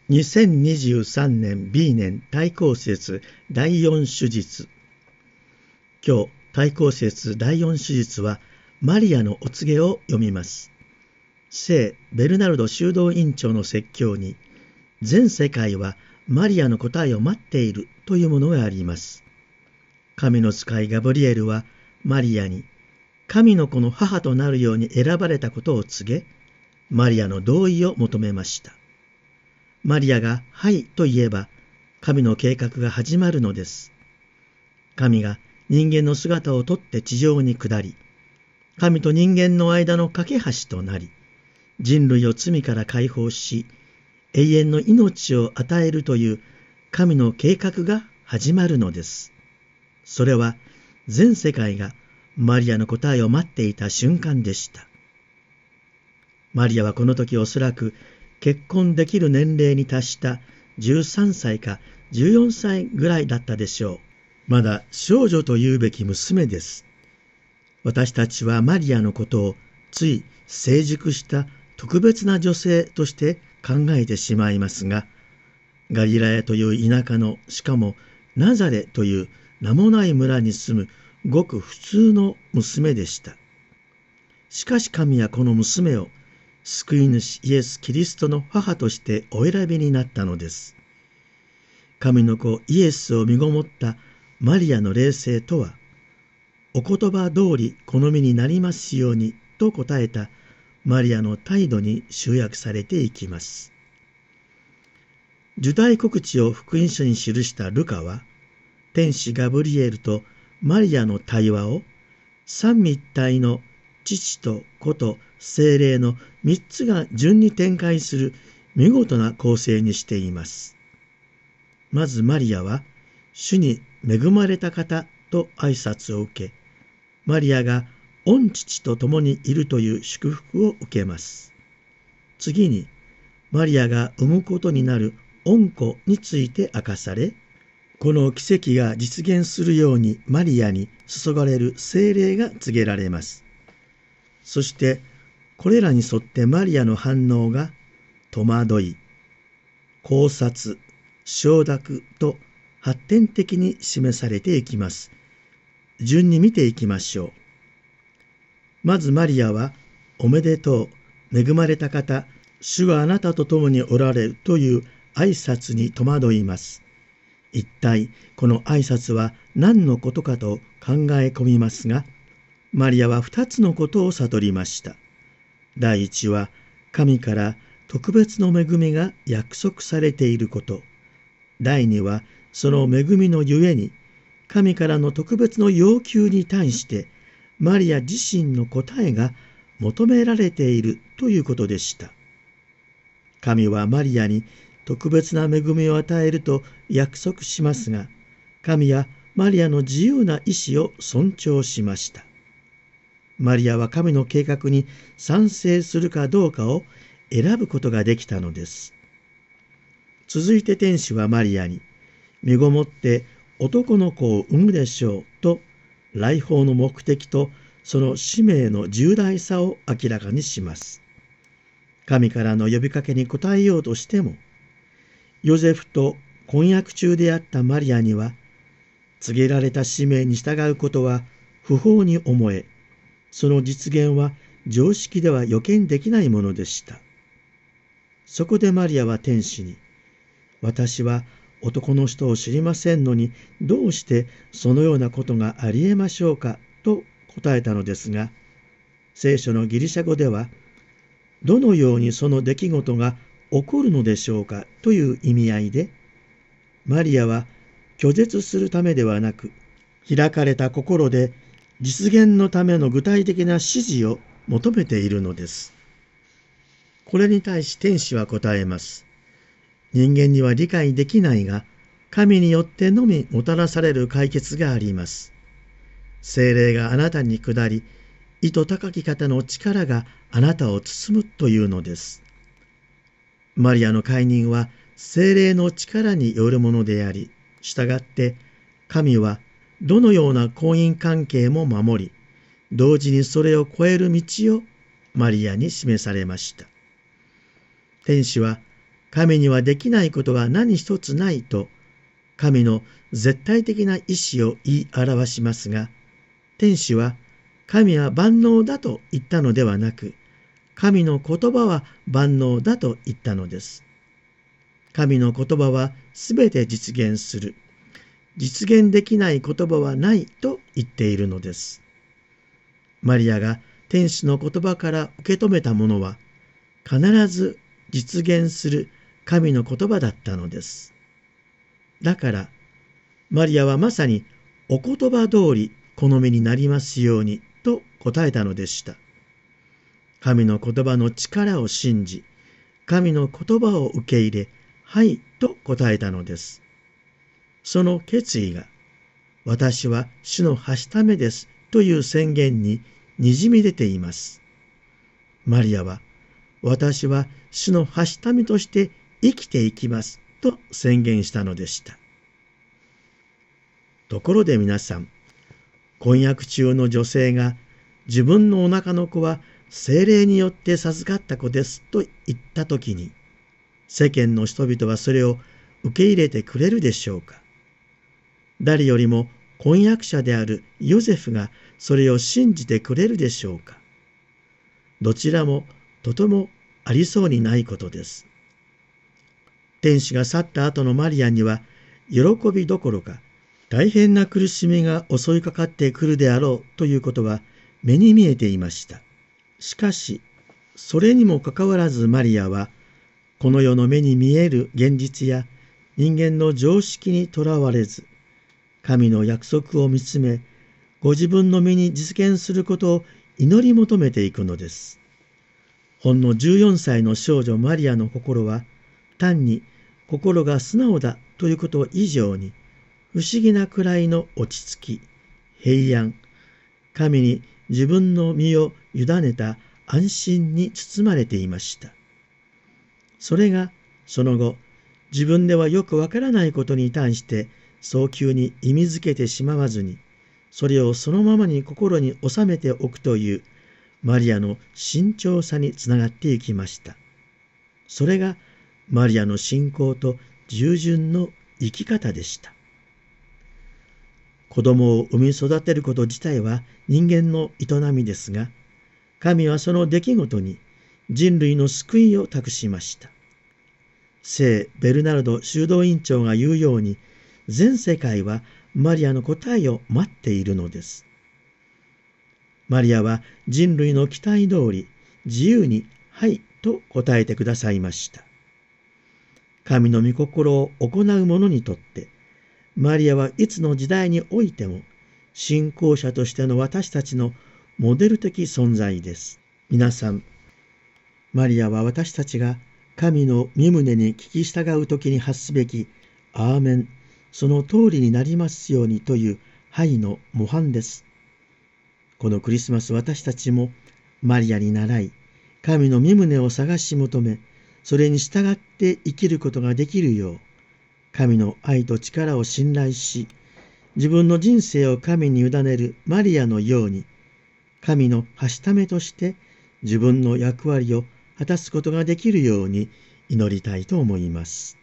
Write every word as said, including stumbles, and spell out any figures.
にせんにじゅうさんねん B 年対抗節だいよん手術。今日対抗節だいよん手術はマリアのお告げを読みます。聖ベルナルド修道院長の説教に、全世界はマリアの答えを待っているというものがあります。神の使いガブリエルはマリアに神の子の母となるように選ばれたことを告げ、マリアの同意を求めました。マリアがはいと言えば、神の計画が始まるのです。神が人間の姿をとって地上に下り、神と人間の間の架け橋となり、人類を罪から解放し、永遠の命を与えるという神の計画が始まるのです。それは全世界がマリアの答えを待っていた瞬間でした。マリアはこの時おそらく結婚できる年齢に達したじゅうさんさいかじゅうよんさいぐらいだったでしょう。まだ少女というべき娘です。私たちはマリアのことをつい成熟した特別な女性として考えてしまいますが、ガリラヤという田舎の、しかもナザレという名もない村に住むごく普通の娘でした。しかし神はこの娘を救い主イエス・キリストの母としてお選びになったのです。神の子イエスを身ごもったマリアの霊性とは、お言葉通り好みになりますようにと答えたマリアの態度に集約されていきます。受胎告知を福音書に記したルカは、天使ガブリエルとマリアの対話を三位一体の父と子と聖霊の三つが順に展開する見事な構成にしています。まずマリアは主に恵まれた方と挨拶を受け、マリアが御父と共にいるという祝福を受けます。次にマリアが産むことになる御子について明かされ、この奇跡が実現するようにマリアに注がれる聖霊が告げられます。そしてこれらに沿ってマリアの反応が戸惑い、考察、承諾と発展的に示されていきます。順に見ていきましょう。まずマリアは、おめでとう、恵まれた方、主はあなたと共におられるという挨拶に戸惑います。一体この挨拶は何のことかと考え込みますが、マリアは二つのことを悟りました。第一は、神から特別の恵みが約束されていること。第二は、その恵みのゆえに、神からの特別の要求に対して、マリア自身の答えが求められているということでした。神はマリアに特別な恵みを与えると約束しますが、神はマリアの自由な意志を尊重しました。マリアは神の計画に賛成するかどうかを選ぶことができたのです。続いて天使はマリアに、身ごもって男の子を産むでしょうと、来訪の目的とその使命の重大さを明らかにします。神からの呼びかけに応えようとしても、ヨゼフと婚約中であったマリアには、告げられた使命に従うことは不法に思え、その実現は常識では予見できないものでした。そこでマリアは天使に、私は男の人を知りませんのに、どうしてそのようなことがありえましょうかと答えたのですが、聖書のギリシャ語では、どのようにその出来事が起こるのでしょうかという意味合いで、マリアは拒絶するためではなく、開かれた心で実現のための具体的な指示を求めているのです。これに対し天使は答えます。人間には理解できないが、神によってのみもたらされる解決があります。聖霊があなたに下り、意図高き方の力があなたを包むというのです。マリアの解任は聖霊の力によるものであり、したがって神はどのような婚姻関係も守り、同時にそれを超える道をマリアに示されました。天使は神にはできないことが何一つないと、神の絶対的な意志を言い表しますが、天使は神は万能だと言ったのではなく、神の言葉は万能だと言ったのです。神の言葉はすべて実現する。実現できない言葉はないと言っているのです。マリアが天使の言葉から受け止めたものは、必ず実現する神の言葉だったのです。だから、マリアはまさにお言葉通り好みになりますようにと答えたのでした。神の言葉の力を信じ、神の言葉を受け入れ、はいと答えたのです。その決意が、私は主のはしためですという宣言ににじみ出ています。マリアは、私は主のはしためとして生きていきますと宣言したのでした。ところで皆さん、婚約中の女性が自分のお腹の子は聖霊によって授かった子ですと言ったときに、世間の人々はそれを受け入れてくれるでしょうか。誰よりも婚約者であるヨゼフがそれを信じてくれるでしょうか。どちらもとてもありそうにないことです。天使が去った後のマリアには、喜びどころか大変な苦しみが襲いかかってくるであろうということは目に見えていました。しかし、それにもかかわらずマリアは、この世の目に見える現実や人間の常識にとらわれず、神の約束を見つめ、ご自分の身に実現することを祈り求めていくのです。ほんのじゅうよんさいの少女マリアの心は、単に心が素直だということ以上に、不思議なくらいの落ち着き、平安、神に自分の身を委ねた安心に包まれていました。それがその後、自分ではよくわからないことに対して早急に意味づけてしまわずに、それをそのままに心に収めておくというマリアの慎重さにつながっていきました。それがマリアの信仰と従順の生き方でした。子供を産み育てること自体は人間の営みですが、神はその出来事に人類の救いを託しました。聖ベルナルド修道院長が言うように、全世界はマリアの答えを待っているのです。マリアは人類の期待通り、自由にはいと答えてくださいました。神の御心を行う者にとって、マリアはいつの時代においても、信仰者としての私たちのモデル的存在です。皆さん、マリアは私たちが神の御胸に聞き従うときに発すべき、アーメン、その通りになりますようにというはいの模範です。このクリスマス、私たちもマリアに倣い、神の御胸を探し求め、それに従って生きることができるよう、神の愛と力を信頼し、自分の人生を神に委ねるマリアのように、神のはしためとして自分の役割を果たすことができるように祈りたいと思います。